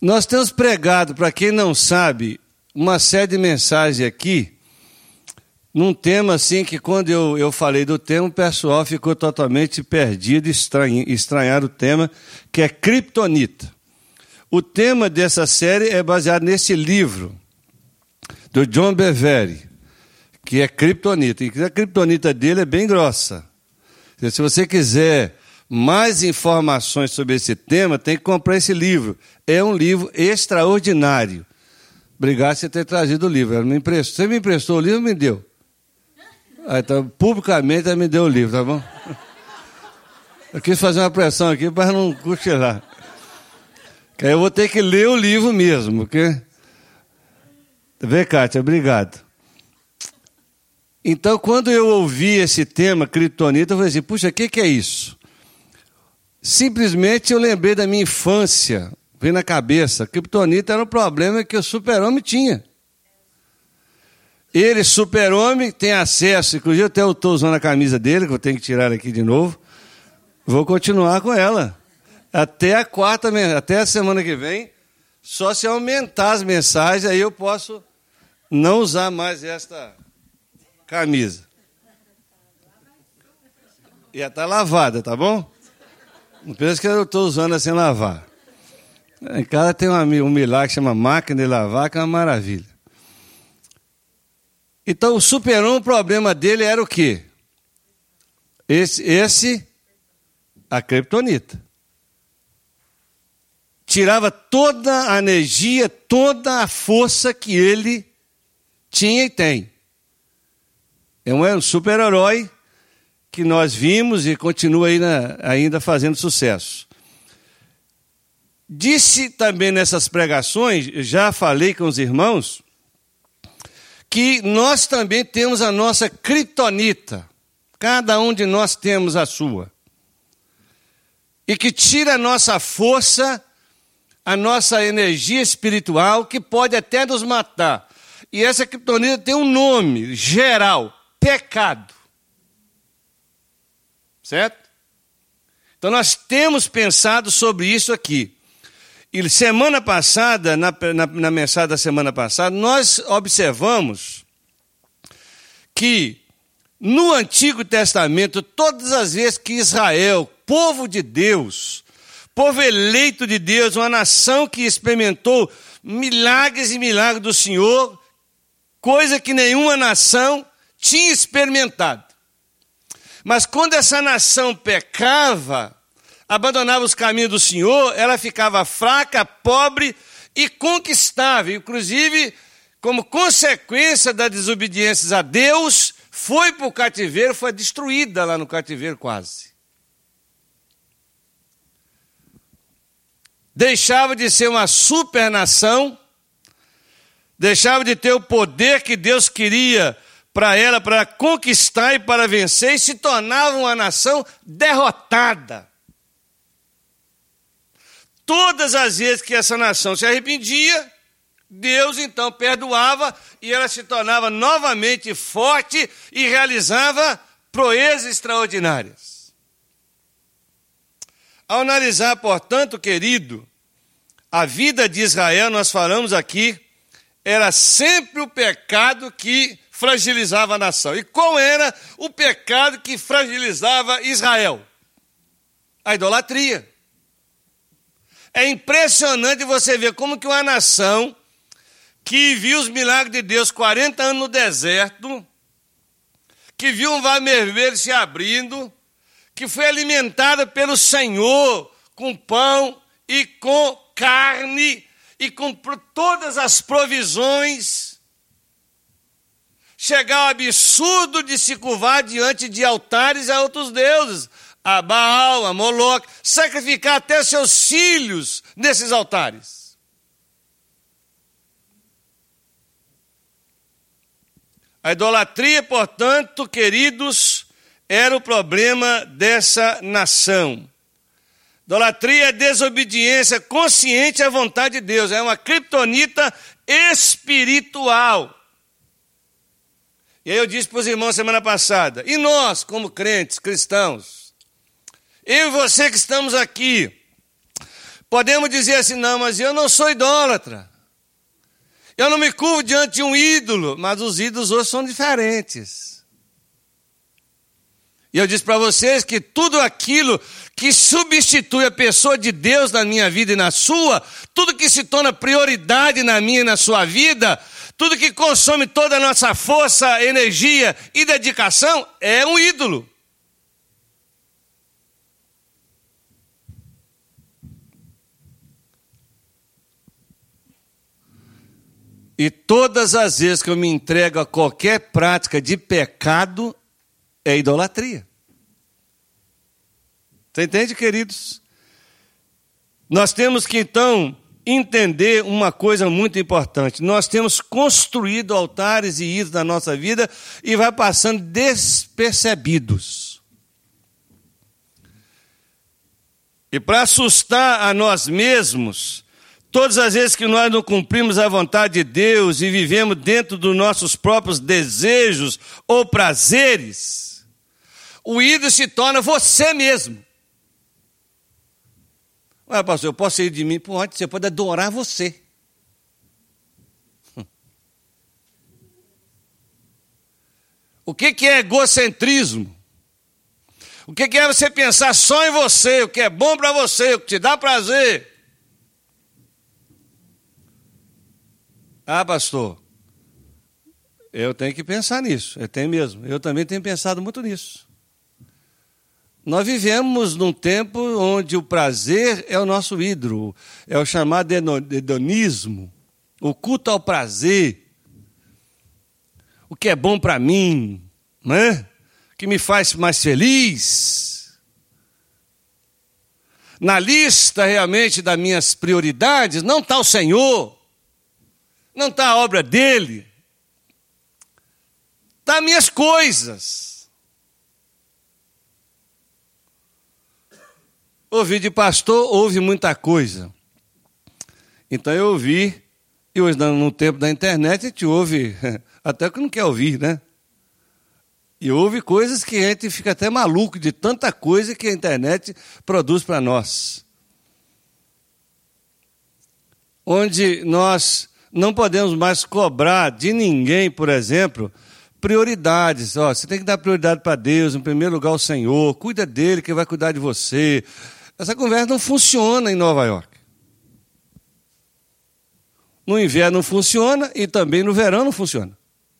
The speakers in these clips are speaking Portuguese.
Nós temos pregado, para quem não sabe, uma série de mensagens aqui, num tema assim que quando eu falei do tema, o pessoal ficou totalmente perdido, estranhar o tema, que é Kryptonita. O tema dessa série é baseado nesse livro, do John Bevere, que é Kryptonita. E a Kryptonita dele é bem grossa. Se você quiser mais informações sobre esse tema, tem que comprar esse livro. É um livro extraordinário. Obrigado por você ter trazido o livro. Você me emprestou o livro ou me deu? Então, publicamente, ela me deu o livro, tá bom? Eu quis fazer uma pressão aqui para não cochilar. Que aí eu vou ter que ler o livro mesmo. Vê, Kátia, obrigado. Então, quando eu ouvi esse tema, Kryptonita, eu falei assim, puxa, o que é isso? Simplesmente eu lembrei da minha infância, veio na cabeça. Kryptonita era um problema que o super-homem tinha. Ele, super-homem, tem acesso, inclusive até eu estou usando a camisa dele, que eu tenho que tirar ela aqui de novo. Vou continuar com ela. Até a semana que vem, só se aumentar as mensagens, aí eu posso não usar mais esta camisa. Já está lavada, tá bom? Não pensa que eu estou usando sem lavar. Em casa tem um milagre que chama máquina de lavar, que é uma maravilha. Então, o super-homem, o problema dele era o quê? A Kryptonita. Tirava toda a energia, toda a força que ele tinha e tem. É um super-herói que nós vimos e continua ainda fazendo sucesso. Disse também nessas pregações, já falei com os irmãos, que nós também temos a nossa kryptonita. Cada um de nós temos a sua. E que tira a nossa força, a nossa energia espiritual, que pode até nos matar. E essa kryptonita tem um nome geral, pecado. Certo? Então nós temos pensado sobre isso aqui. E semana passada, na mensagem da semana passada, nós observamos que no Antigo Testamento, todas as vezes que Israel, povo de Deus, povo eleito de Deus, uma nação que experimentou milagres e milagres do Senhor, coisa que nenhuma nação tinha experimentado. Mas quando essa nação pecava, abandonava os caminhos do Senhor, ela ficava fraca, pobre e conquistável. Inclusive, como consequência da desobediência a Deus, foi para o cativeiro, foi destruída lá no cativeiro quase. Deixava de ser uma supernação, deixava de ter o poder que Deus queria para ela, para conquistar e para vencer, e se tornava uma nação derrotada. Todas as vezes que essa nação se arrependia, Deus então perdoava e ela se tornava novamente forte e realizava proezas extraordinárias. Ao analisar, portanto, querido, a vida de Israel, nós falamos aqui, era sempre o pecado que fragilizava a nação. E qual era o pecado que fragilizava Israel? A idolatria. É impressionante você ver como que uma nação que viu os milagres de Deus 40 anos no deserto, que viu um mar vermelho se abrindo, que foi alimentada pelo Senhor com pão e com carne e com todas as provisões, chegar ao absurdo de se curvar diante de altares a outros deuses, a Baal, a Moloque, sacrificar até seus filhos nesses altares. A idolatria, portanto, queridos, era o problema dessa nação. Idolatria é desobediência consciente à vontade de Deus, é uma kryptonita espiritual. E aí eu disse para os irmãos semana passada, e nós, como crentes, cristãos, eu e você que estamos aqui, Podemos dizer assim, não, mas eu não sou idólatra. Eu não me curvo diante de um ídolo, mas os ídolos hoje são diferentes. E eu disse para vocês que tudo aquilo que substitui a pessoa de Deus na minha vida e na sua, tudo que se torna prioridade na minha e na sua vida, tudo que consome toda a nossa força, energia e dedicação, é um ídolo. E todas as vezes que eu me entrego a qualquer prática de pecado, é idolatria. Você entende, queridos? Nós temos que, então, entender uma coisa muito importante. Nós temos construído altares e ídolos na nossa vida e vai passando despercebidos. E para assustar a nós mesmos, todas as vezes que nós não cumprimos a vontade de Deus e vivemos dentro dos nossos próprios desejos ou prazeres, o ídolo se torna você mesmo. Ué, pastor, eu posso sair de mim? Pode, você pode adorar você. O que é egocentrismo? O que é você pensar só em você, o que é bom para você, o que te dá prazer? Ah, pastor, eu tenho que pensar nisso, eu tenho mesmo. Eu também tenho pensado muito nisso. Nós vivemos num tempo onde o prazer é o nosso ídolo, é o chamado hedonismo, o culto ao prazer, o que é bom para mim, né? O que me faz mais feliz. Na lista realmente das minhas prioridades não está o Senhor, não está a obra dele, está as minhas coisas. Ouvir de pastor, ouve muita coisa. Então eu ouvi, e hoje no tempo da internet a gente ouve até que não quer ouvir, né? E ouve coisas que a gente fica até maluco de tanta coisa que a internet produz para nós. Onde nós não podemos mais cobrar de ninguém, por exemplo, prioridades. Ó, você tem que dar prioridade para Deus, em primeiro lugar o Senhor, cuida dele que vai cuidar de você. Essa conversa não funciona em Nova York. No inverno não funciona e também no verão não funciona.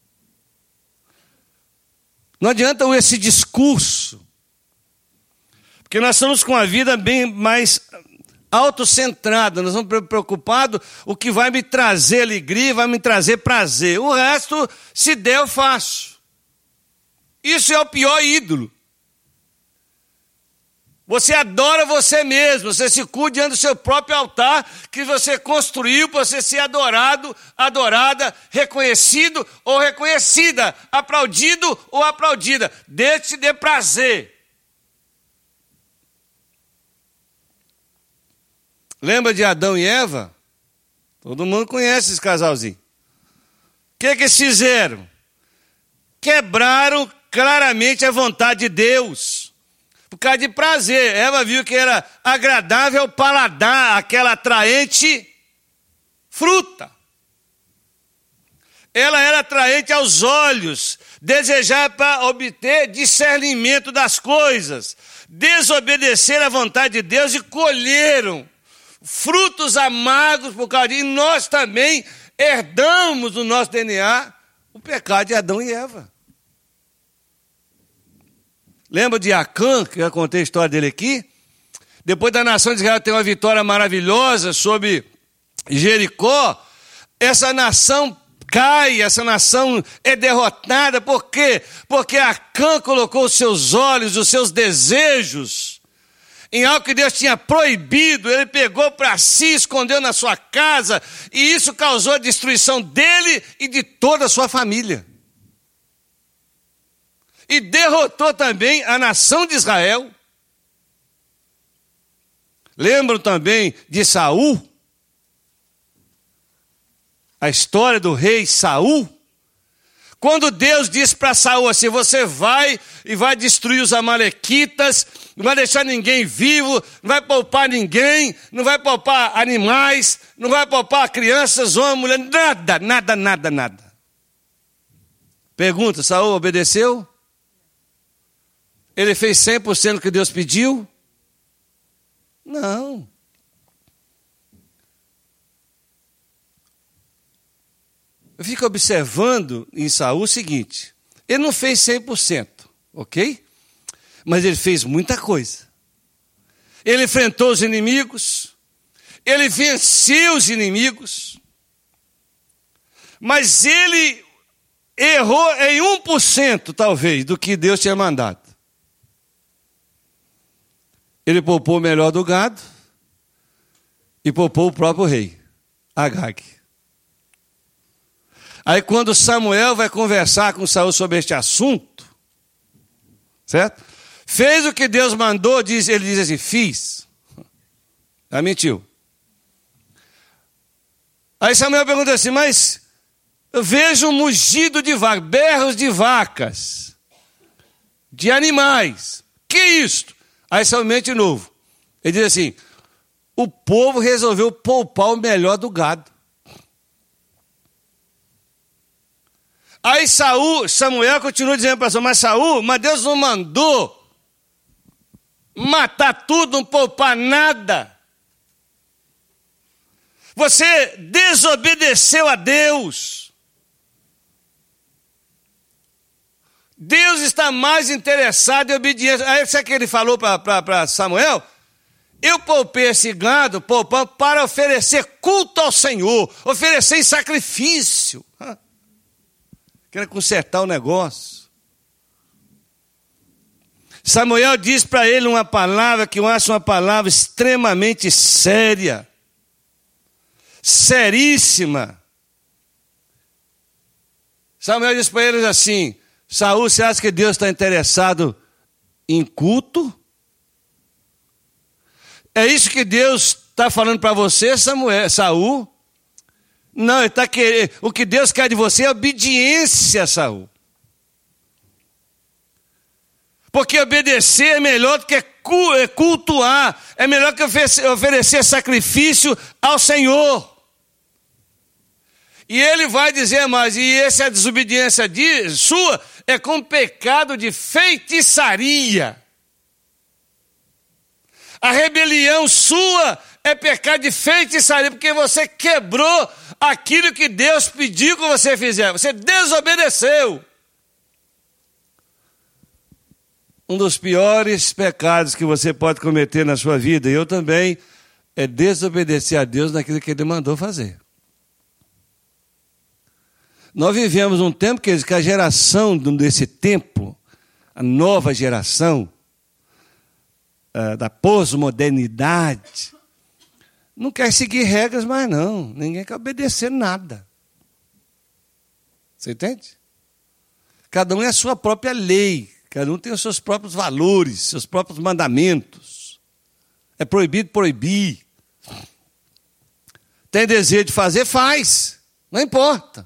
Não adianta esse discurso, porque nós estamos com a vida bem mais autocentrada, nós estamos preocupados o que vai me trazer alegria, vai me trazer prazer. O resto, se der, eu faço. Isso é o pior ídolo. Você adora você mesmo, você se curva diante do seu próprio altar que você construiu para você ser adorado, adorada, reconhecido ou reconhecida, aplaudido ou aplaudida. Deus te dê prazer. Lembra de Adão e Eva? Todo mundo conhece esse casalzinho. O que eles fizeram? Quebraram claramente a vontade de Deus. Por causa de prazer. Eva viu que era agradável ao paladar, aquela atraente fruta. Ela era atraente aos olhos, desejar para obter discernimento das coisas, desobedecer à vontade de Deus e colheram frutos amargos por causa disso. E nós também herdamos no nosso DNA o pecado de Adão e Eva. Lembra de Acã, que eu contei a história dele aqui? Depois da nação de Israel ter uma vitória maravilhosa sobre Jericó, essa nação cai, essa nação é derrotada. Por quê? Porque Acã colocou os seus olhos, os seus desejos em algo que Deus tinha proibido. Ele pegou para si, escondeu na sua casa, e isso causou a destruição dele e de toda a sua família. E derrotou também a nação de Israel. Lembram também de Saul? A história do rei Saul? Quando Deus disse para Saul assim: você vai e vai destruir os amalequitas, não vai deixar ninguém vivo, não vai poupar ninguém, não vai poupar animais, não vai poupar crianças, homem, mulher, nada. Pergunta, Saul obedeceu? Ele fez 100% do que Deus pediu? Não. Eu fico observando em Saul o seguinte, ele não fez 100%, ok? Mas ele fez muita coisa. Ele enfrentou os inimigos, ele venceu os inimigos, mas ele errou em 1%, talvez, do que Deus tinha mandado. Ele poupou o melhor do gado e poupou o próprio rei, Agag. Aí quando Samuel vai conversar com Saul sobre este assunto, certo? Fez o que Deus mandou, ele diz assim, fiz. Ah, mentiu. Aí Samuel pergunta assim, mas eu vejo um mugido de vacas, berros de vacas, de animais. Que isto? Aí Samuel de novo. Ele diz assim, o povo resolveu poupar o melhor do gado. Aí Samuel continua dizendo para Saul, mas Deus não mandou matar tudo, não poupar nada. Você desobedeceu a Deus. Deus está mais interessado em obediência. Aí sabe o que ele falou para Samuel? Eu poupei esse gado, poupando para oferecer culto ao Senhor, oferecer em sacrifício. Quero consertar o negócio. Samuel diz para ele uma palavra que eu acho uma palavra extremamente séria. Seríssima. Samuel diz para eles assim, Saul, você acha que Deus está interessado em culto? É isso que Deus está falando para você, Saul? Não, ele está querendo. O que Deus quer de você é obediência, Saul. Porque obedecer é melhor do que cultuar, é melhor que oferecer sacrifício ao Senhor. E ele vai dizer mais, e essa desobediência sua é com pecado de feitiçaria. A rebelião sua é pecado de feitiçaria, porque você quebrou aquilo que Deus pediu que você fizesse. Você desobedeceu. Um dos piores pecados que você pode cometer na sua vida, e eu também, é desobedecer a Deus naquilo que Ele mandou fazer. Nós vivemos um tempo que a geração desse tempo, a nova geração, da pós-modernidade, não quer seguir regras mais não. Ninguém quer obedecer nada. Você entende? Cada um é a sua própria lei. Cada um tem os seus próprios valores, seus próprios mandamentos. É proibido proibir. Tem desejo de fazer, faz. Não importa.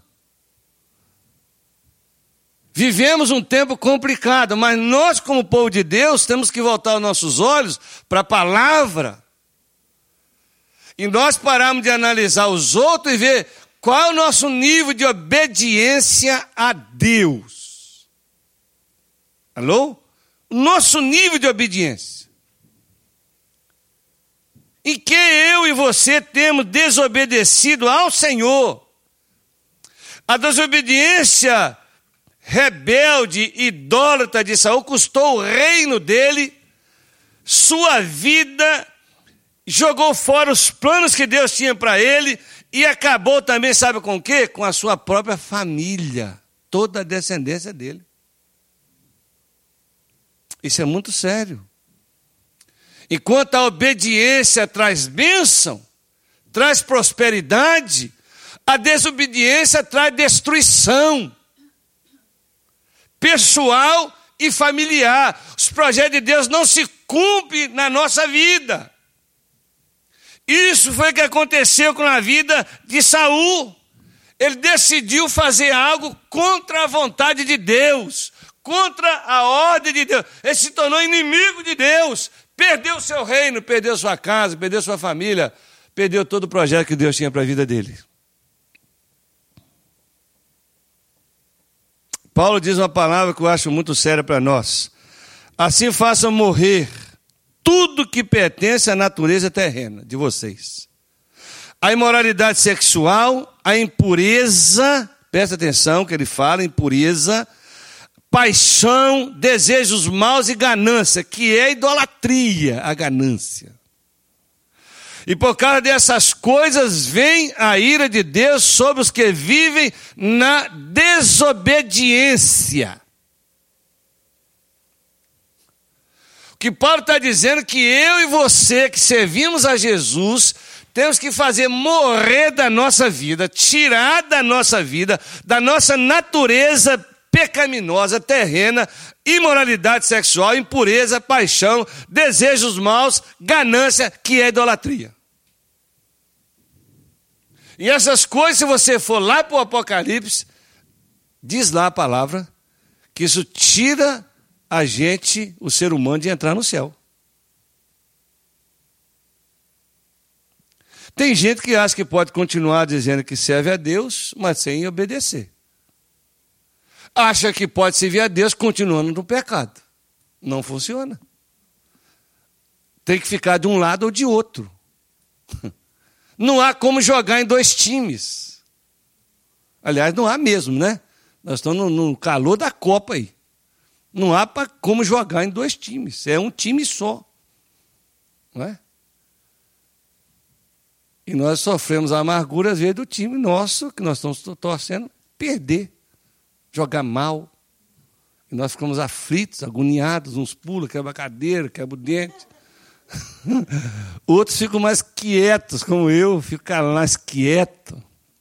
Vivemos um tempo complicado, mas nós, como povo de Deus, temos que voltar os nossos olhos para a palavra. E nós paramos de analisar os outros e ver qual é o nosso nível de obediência a Deus. Alô? Nosso nível de obediência. Em que eu e você temos desobedecido ao Senhor. A desobediência rebelde, idólatra de Saul, custou o reino dele, sua vida, jogou fora os planos que Deus tinha para ele e acabou também, sabe com o quê? Com a sua própria família, toda a descendência dele. Isso é muito sério. Enquanto a obediência traz bênção, traz prosperidade, a desobediência traz destruição pessoal e familiar. Os projetos de Deus não se cumprem na nossa vida. Isso foi o que aconteceu com a vida de Saul. Ele decidiu fazer algo contra a vontade de Deus, contra a ordem de Deus. Ele se tornou inimigo de Deus. Perdeu seu reino, perdeu sua casa, perdeu sua família, perdeu todo o projeto que Deus tinha para a vida dele. Paulo diz uma palavra que eu acho muito séria para nós. Assim façam morrer tudo que pertence à natureza terrena de vocês. A imoralidade sexual, a impureza, presta atenção que ele fala, impureza, paixão, desejos maus e ganância, que é idolatria, a ganância. E por causa dessas coisas vem a ira de Deus sobre os que vivem na desobediência. O que Paulo está dizendo é que eu e você que servimos a Jesus, temos que fazer morrer da nossa vida, tirar da nossa vida, da nossa natureza pecaminosa, terrena, imoralidade sexual, impureza, paixão, desejos maus, ganância, que é idolatria. E essas coisas, se você for lá para o Apocalipse, diz lá a palavra, que isso tira a gente, o ser humano, de entrar no céu. Tem gente que acha que pode continuar dizendo que serve a Deus, mas sem obedecer. Acha que pode servir a Deus continuando no pecado. Não funciona. Tem que ficar de um lado ou de outro. Não há como jogar em dois times. Aliás, não há mesmo, né? Nós estamos no calor da Copa aí. Não há como jogar em dois times. É um time só. Não é? E nós sofremos a amargura, às vezes, do time nosso, que nós estamos torcendo, perder. Jogar mal. E nós ficamos aflitos, agoniados, uns pulam, quebra a cadeira, quebra o dente. Outros ficam mais quietos, como eu, fico mais quieto.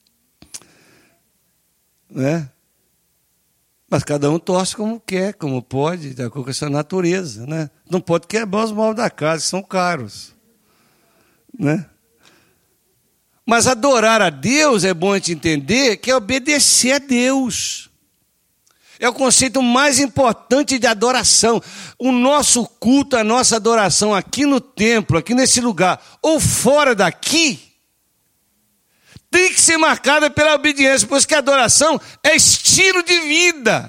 Né? Mas cada um torce como quer, como pode, de acordo com a sua natureza. Né? Não pode quebrar os móveis da casa, que são caros. Né? Mas adorar a Deus, é bom a gente entender, que é obedecer a Deus. É o conceito mais importante de adoração. O nosso culto, a nossa adoração aqui no templo, aqui nesse lugar, ou fora daqui, tem que ser marcada pela obediência, pois que a adoração é estilo de vida.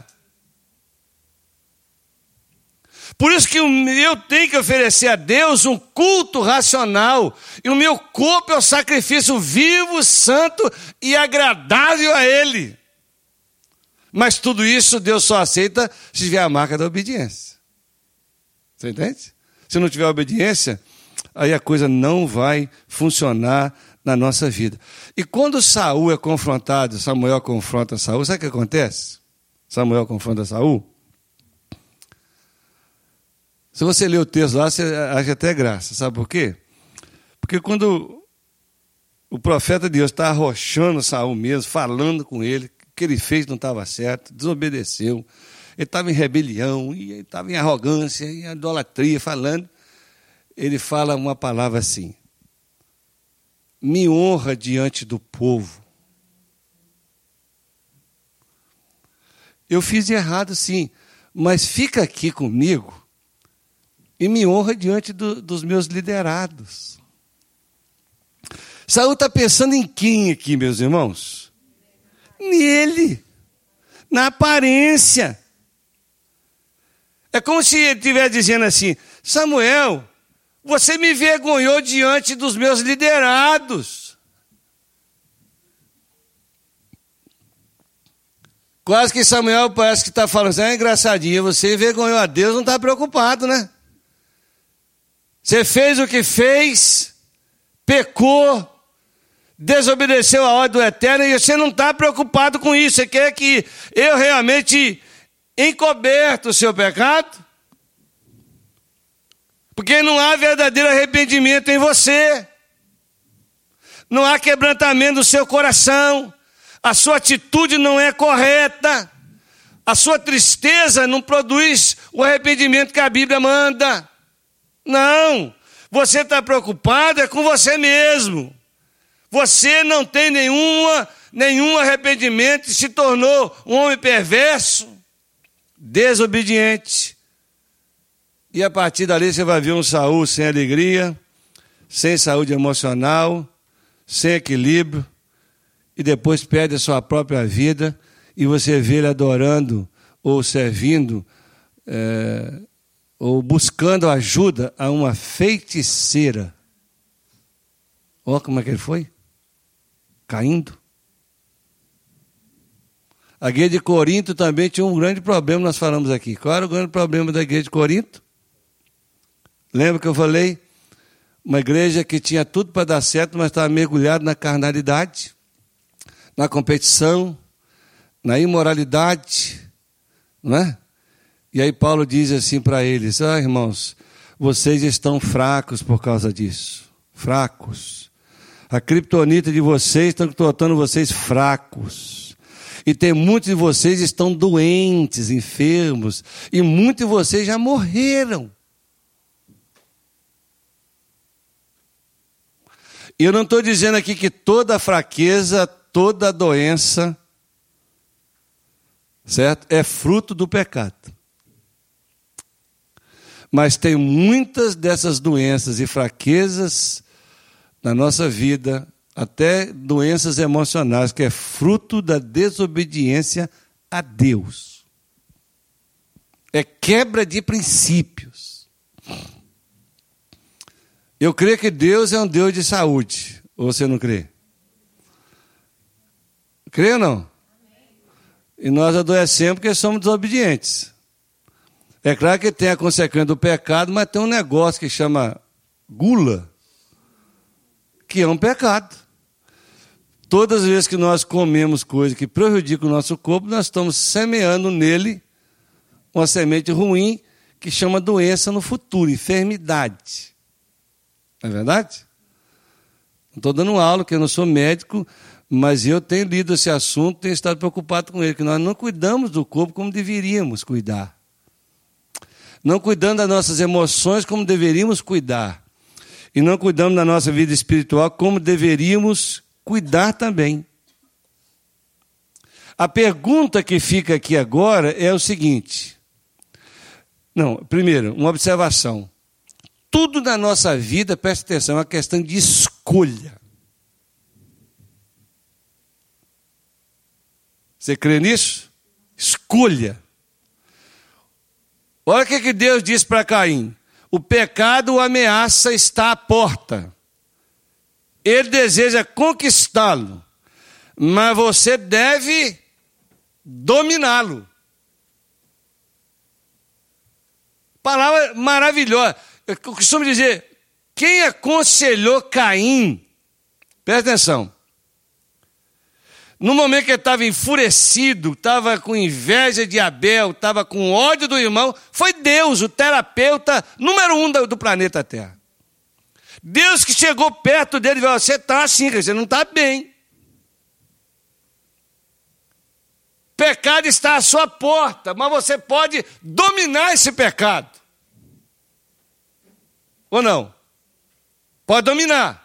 Por isso que eu tenho que oferecer a Deus um culto racional, e o meu corpo é o sacrifício vivo, santo e agradável a Ele. Mas tudo isso Deus só aceita se tiver a marca da obediência. Você entende? Se não tiver obediência, aí a coisa não vai funcionar na nossa vida. E quando Saul é confrontado, Samuel confronta Saul, sabe o que acontece? Samuel confronta Saul. Se você ler o texto lá, você acha até graça. Sabe por quê? Porque quando o profeta de Deus está arrochando Saul mesmo, falando com ele, que ele fez não estava certo, desobedeceu, ele estava em rebelião, e ele estava em arrogância, em idolatria, falando. Ele fala uma palavra assim: me honra diante do povo. Eu fiz de errado sim, mas fica aqui comigo e me honra diante dos meus liderados. Saul está pensando em quem aqui, meus irmãos? Nele, na aparência. É como se ele estivesse dizendo assim: Samuel, você me envergonhou diante dos meus liderados. Quase que Samuel parece que está falando assim: é engraçadinho, você envergonhou a Deus, não está preocupado, né? Você fez o que fez, pecou, desobedeceu a ordem do Eterno, e você não está preocupado com isso. Você quer que eu realmente encoberto o seu pecado? Porque não há verdadeiro arrependimento em você. Não há quebrantamento do seu coração. A sua atitude não é correta. A sua tristeza não produz o arrependimento que a Bíblia manda. Não. Você está preocupado é com você mesmo. Você não tem nenhum arrependimento e se tornou um homem perverso. desobediente. E a partir dali você vai ver um Saul sem alegria, sem saúde emocional, sem equilíbrio, e depois perde a sua própria vida, e você vê ele adorando, ou servindo, ou buscando ajuda a uma feiticeira. Olha como é que ele foi? Caindo. A igreja de Corinto também tinha um grande problema, nós falamos aqui. Qual era o grande problema da igreja de Corinto? Lembra que eu falei? Uma igreja que tinha tudo para dar certo, mas estava mergulhada na carnalidade, na competição, na imoralidade, não é? E aí Paulo diz assim para eles: irmãos, vocês estão fracos por causa disso. Fracos. A criptonita de vocês está tornando vocês fracos. E tem muitos de vocês que estão doentes, enfermos, e muitos de vocês já morreram. E eu não estou dizendo aqui que toda fraqueza, toda doença, certo? É fruto do pecado. Mas tem muitas dessas doenças e fraquezas na nossa vida, até doenças emocionais, que é fruto da desobediência a Deus. É quebra de princípios. Eu creio que Deus é um Deus de saúde. Ou você não crê? Crê ou não? E nós adoecemos porque somos desobedientes. É claro que tem a consequência do pecado, mas tem um negócio que chama gula, que é um pecado. Todas as vezes que nós comemos coisas que prejudicam o nosso corpo, nós estamos semeando nele uma semente ruim que chama doença no futuro, enfermidade. Não é verdade? Não estou dando aula, porque eu não sou médico, mas eu tenho lido esse assunto, tenho estado preocupado com ele, que nós não cuidamos do corpo como deveríamos cuidar. Não cuidando das nossas emoções como deveríamos cuidar. E não cuidamos da nossa vida espiritual como deveríamos cuidar também. A pergunta que fica aqui agora é o seguinte. Não, primeiro, uma observação. Tudo na nossa vida, preste atenção, é uma questão de escolha. Você crê nisso? Escolha. Olha o que Deus disse para Caim. O pecado o ameaça, está à porta. Ele deseja conquistá-lo, mas você deve dominá-lo. Palavra maravilhosa. Eu costumo dizer, quem aconselhou Caim, presta atenção, no momento que ele estava enfurecido, estava com inveja de Abel, estava com ódio do irmão, foi Deus, o terapeuta número 1 do planeta Terra. Deus que chegou perto dele e falou: você está assim, você não está bem. Pecado está à sua porta, mas você pode dominar esse pecado. Ou não? Pode dominar.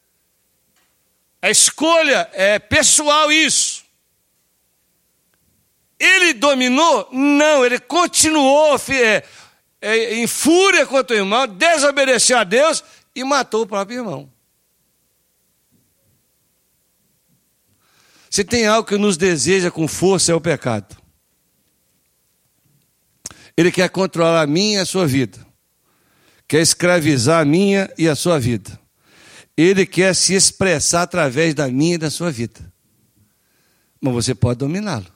A escolha é pessoal isso. Ele dominou? Não, ele continuou em fúria contra o irmão, desobedeceu a Deus e matou o próprio irmão. Se tem algo que nos deseja com força é o pecado. Ele quer controlar a minha e a sua vida. Quer escravizar a minha e a sua vida. Ele quer se expressar através da minha e da sua vida. Mas você pode dominá-lo.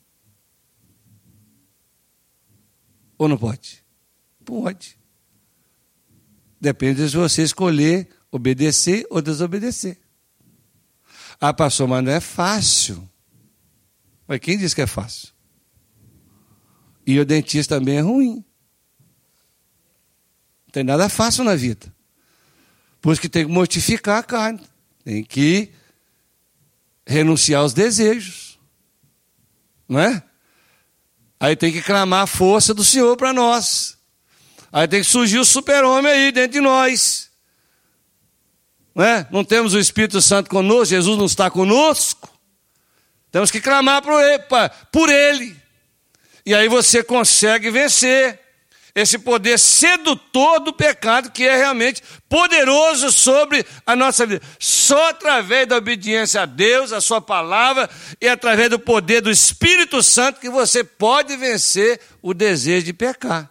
Ou não pode? Pode. Depende de você escolher obedecer ou desobedecer. Ah, pastor, mas não é fácil. Mas quem disse que é fácil? E o dentista também é ruim. Não tem nada fácil na vida. Por isso que tem que mortificar a carne. Tem que renunciar aos desejos. Não é? Aí tem que clamar a força do Senhor para nós. Aí tem que surgir o super-homem aí dentro de nós. Não é? Não temos o Espírito Santo conosco, Jesus não está conosco. Temos que clamar por ele. E aí você consegue vencer esse poder sedutor do pecado, que é realmente poderoso sobre a nossa vida. Só através da obediência a Deus, a sua palavra, e através do poder do Espírito Santo, que você pode vencer o desejo de pecar.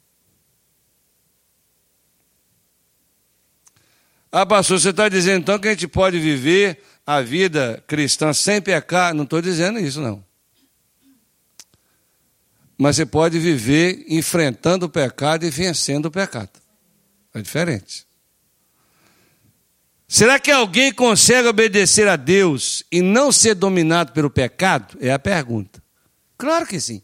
Ah, pastor, você está dizendo então que a gente pode viver a vida cristã sem pecar? Não estou dizendo isso, não. Mas você pode viver enfrentando o pecado e vencendo o pecado. É diferente. Será que alguém consegue obedecer a Deus e não ser dominado pelo pecado? É a pergunta. Claro que sim.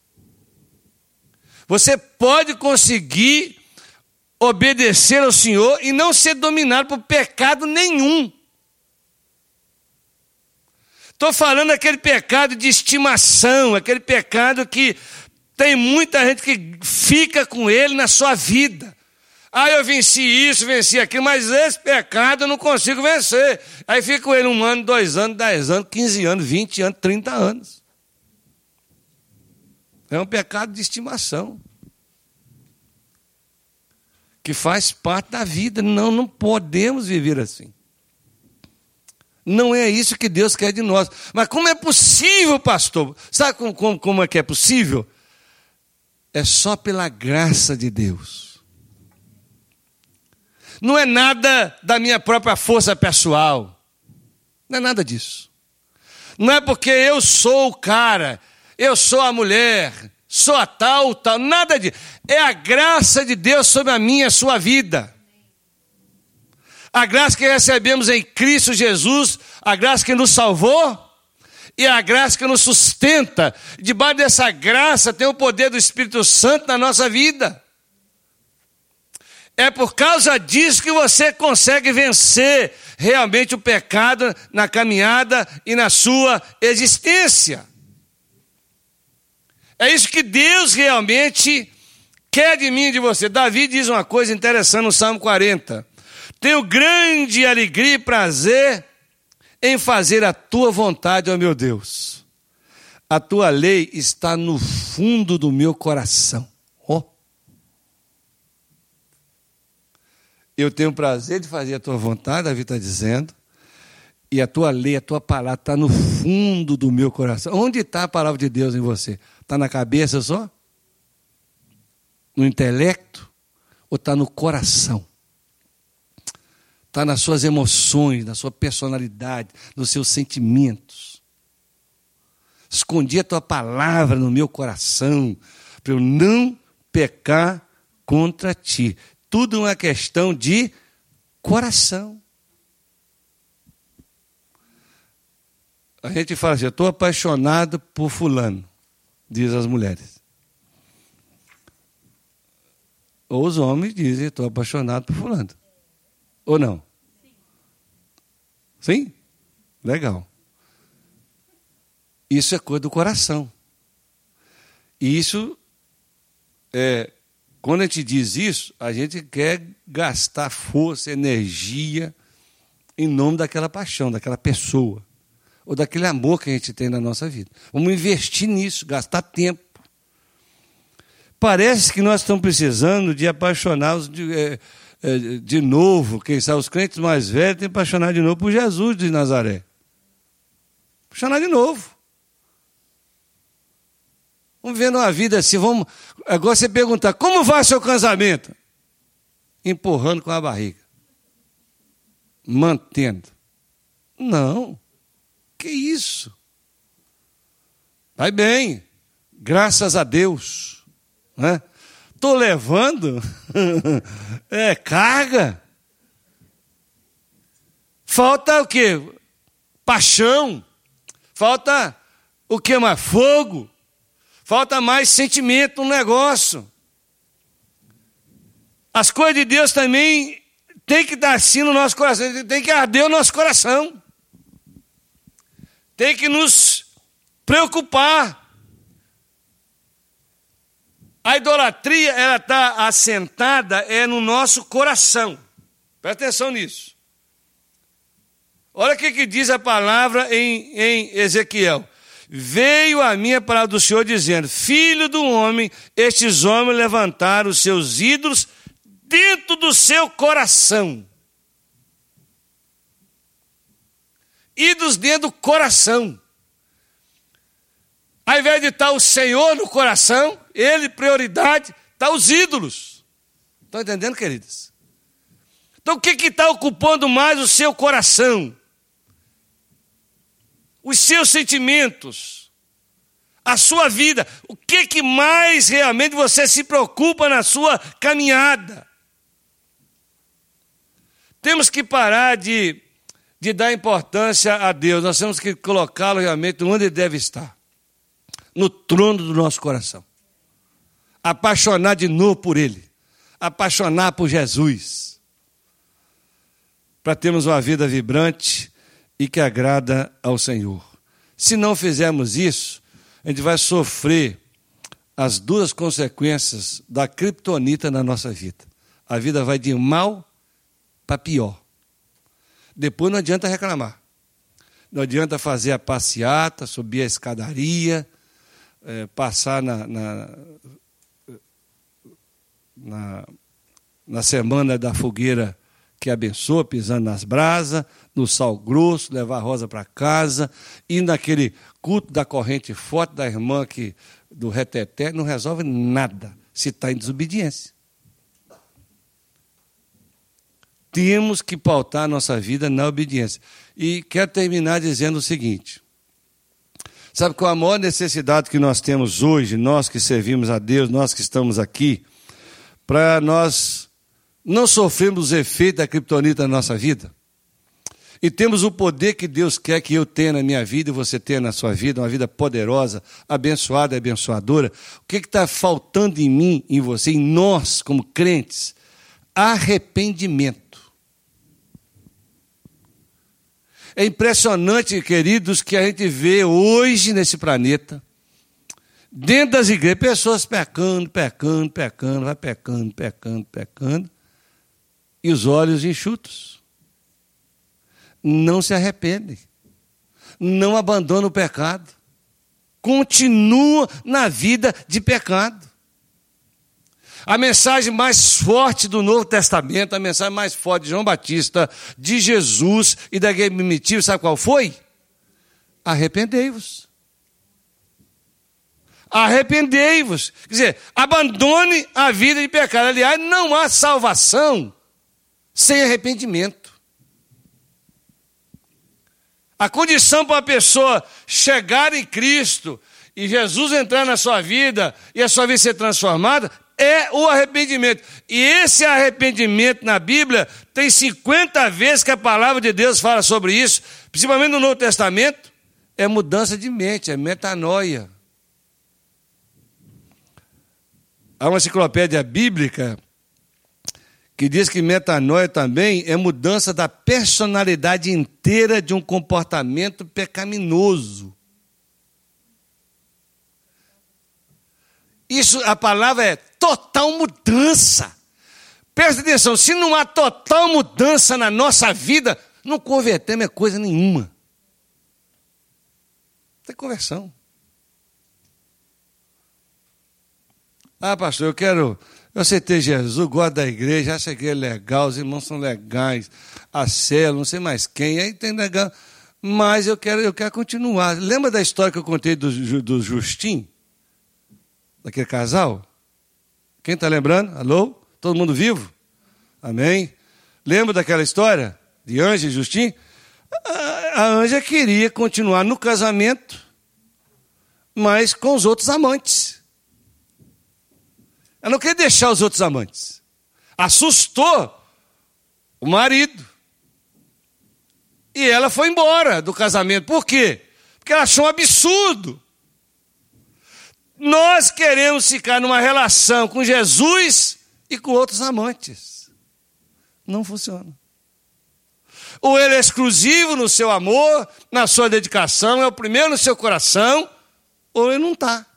Você pode conseguir obedecer ao Senhor e não ser dominado por pecado nenhum. Estou falando daquele pecado de estimação, aquele pecado que tem muita gente que fica com ele na sua vida. Ah, eu venci isso, venci aquilo, mas esse pecado eu não consigo vencer. Aí fica com ele 1 ano, 2 anos, 10 anos, 15 anos, 20 anos, 30 anos. É um pecado de estimação, que faz parte da vida. Não podemos viver assim. Não é isso que Deus quer de nós. Mas como é possível, pastor? Sabe como é que é possível? É só pela graça de Deus. Não é nada da minha própria força pessoal. Não é nada disso. Não é porque eu sou o cara, eu sou a mulher, sou a tal, nada disso. É a graça de Deus sobre a minha e a sua vida. A graça que recebemos em Cristo Jesus, a graça que nos salvou e a graça que nos sustenta. Debaixo dessa graça tem o poder do Espírito Santo na nossa vida. É por causa disso que você consegue vencer realmente o pecado na caminhada e na sua existência. É isso que Deus realmente quer de mim e de você. Davi diz uma coisa interessante no Salmo 40. Tenho grande alegria e prazer em fazer a tua vontade, ó meu Deus. A tua lei está no fundo do meu coração. Oh. Eu tenho prazer de fazer a tua vontade, Davi está dizendo, e a tua lei, a tua palavra está no fundo do meu coração. Onde está a palavra de Deus em você? Está na cabeça só? No intelecto? Ou está no coração? Está nas suas emoções, na sua personalidade, nos seus sentimentos. Escondi a tua palavra no meu coração, para eu não pecar contra ti. Tudo uma questão de coração. A gente fala assim, eu estou apaixonado por fulano, diz as mulheres. Ou os homens dizem, estou apaixonado por fulano. Ou não? Sim? Legal. Isso é coisa do coração. E isso, quando a gente diz isso, a gente quer gastar força, energia em nome daquela paixão, daquela pessoa, ou daquele amor que a gente tem na nossa vida. Vamos investir nisso, gastar tempo. Parece que nós estamos precisando de apaixonar-nos de novo, quem sabe os crentes mais velhos têm que apaixonar de novo por Jesus de Nazaré. Apaixonar de novo. Vamos vendo uma vida assim, agora você perguntar, como vai seu casamento? Empurrando com a barriga. Mantendo. Não. Que isso? Vai bem. Graças a Deus. Né? Estou levando carga. Falta o quê? Paixão. Falta o que mais? Fogo. Falta mais sentimento no negócio. As coisas de Deus também tem que dar assim no nosso coração, tem que arder o nosso coração. Tem que nos preocupar. A idolatria, ela está assentada no nosso coração. Presta atenção nisso. Olha o que diz a palavra em Ezequiel. veio a mim a palavra do Senhor dizendo: filho do homem, estes homens levantaram os seus ídolos dentro do seu coração. Ídolos dentro do coração. Ao invés de estar o Senhor no coração, Ele, prioridade, está os ídolos. Estão entendendo, queridos? Então o que está ocupando mais o seu coração? Os seus sentimentos, a sua vida. O que mais realmente você se preocupa na sua caminhada? Temos que parar de dar importância a Deus. Nós temos que colocá-lo realmente onde Ele deve estar. No trono do nosso coração. Apaixonar de novo por Ele. Apaixonar por Jesus. Para termos uma vida vibrante e que agrada ao Senhor. Se não fizermos isso, a gente vai sofrer as duras consequências da criptonita na nossa vida. A vida vai de mal para pior. Depois não adianta reclamar. Não adianta fazer a passeata, subir a escadaria, passar na semana da fogueira que abençoa, pisando nas brasas, no sal grosso, levar a rosa para casa, ir naquele culto da corrente forte da irmã do reteté, não resolve nada se está em desobediência. Temos que pautar a nossa vida na obediência. E quero terminar dizendo o seguinte: sabe qual a maior necessidade que nós temos hoje, nós que servimos a Deus, nós que estamos aqui, para nós não sofrermos os efeitos da criptonita na nossa vida? E temos o poder que Deus quer que eu tenha na minha vida e você tenha na sua vida, uma vida poderosa, abençoada e abençoadora. O que está faltando em mim, em você, em nós como crentes? Arrependimento. É impressionante, queridos, que a gente vê hoje nesse planeta, dentro das igrejas, pessoas pecando, vai pecando, e os olhos enxutos. Não se arrependem, não abandonam o pecado, continuam na vida de pecado. A mensagem mais forte do Novo Testamento, a mensagem mais forte de João Batista, de Jesus e da igreja primitiva, sabe qual foi? Arrependei-vos. Arrependei-vos. Quer dizer, abandone a vida de pecado. Aliás, não há salvação sem arrependimento. A condição para a pessoa chegar em Cristo e Jesus entrar na sua vida e a sua vida ser transformada é o arrependimento. E esse arrependimento na Bíblia tem 50 vezes que a palavra de Deus fala sobre isso, principalmente no Novo Testamento. É mudança de mente, é metanoia. Há uma enciclopédia bíblica que diz que metanoia também é mudança da personalidade inteira de um comportamento pecaminoso. Isso, a palavra é total mudança. Presta atenção, se não há total mudança na nossa vida, não convertemos coisa nenhuma. Não tem conversão. Ah, pastor, eu aceitei Jesus, gosto da igreja, acho que é legal, os irmãos são legais, a célula, não sei mais quem, aí tem legal, mas eu quero continuar. Lembra da história que eu contei do Justin? Daquele casal? Quem está lembrando? Alô? Todo mundo vivo? Amém? Lembra daquela história de Ângela e Justin? A Ângela queria continuar no casamento, mas com os outros amantes. Ela não queria deixar os outros amantes. Assustou o marido. E ela foi embora do casamento. Por quê? Porque ela achou um absurdo. Nós queremos ficar numa relação com Jesus e com outros amantes. Não funciona. Ou ele é exclusivo no seu amor, na sua dedicação, é o primeiro no seu coração, ou ele não está.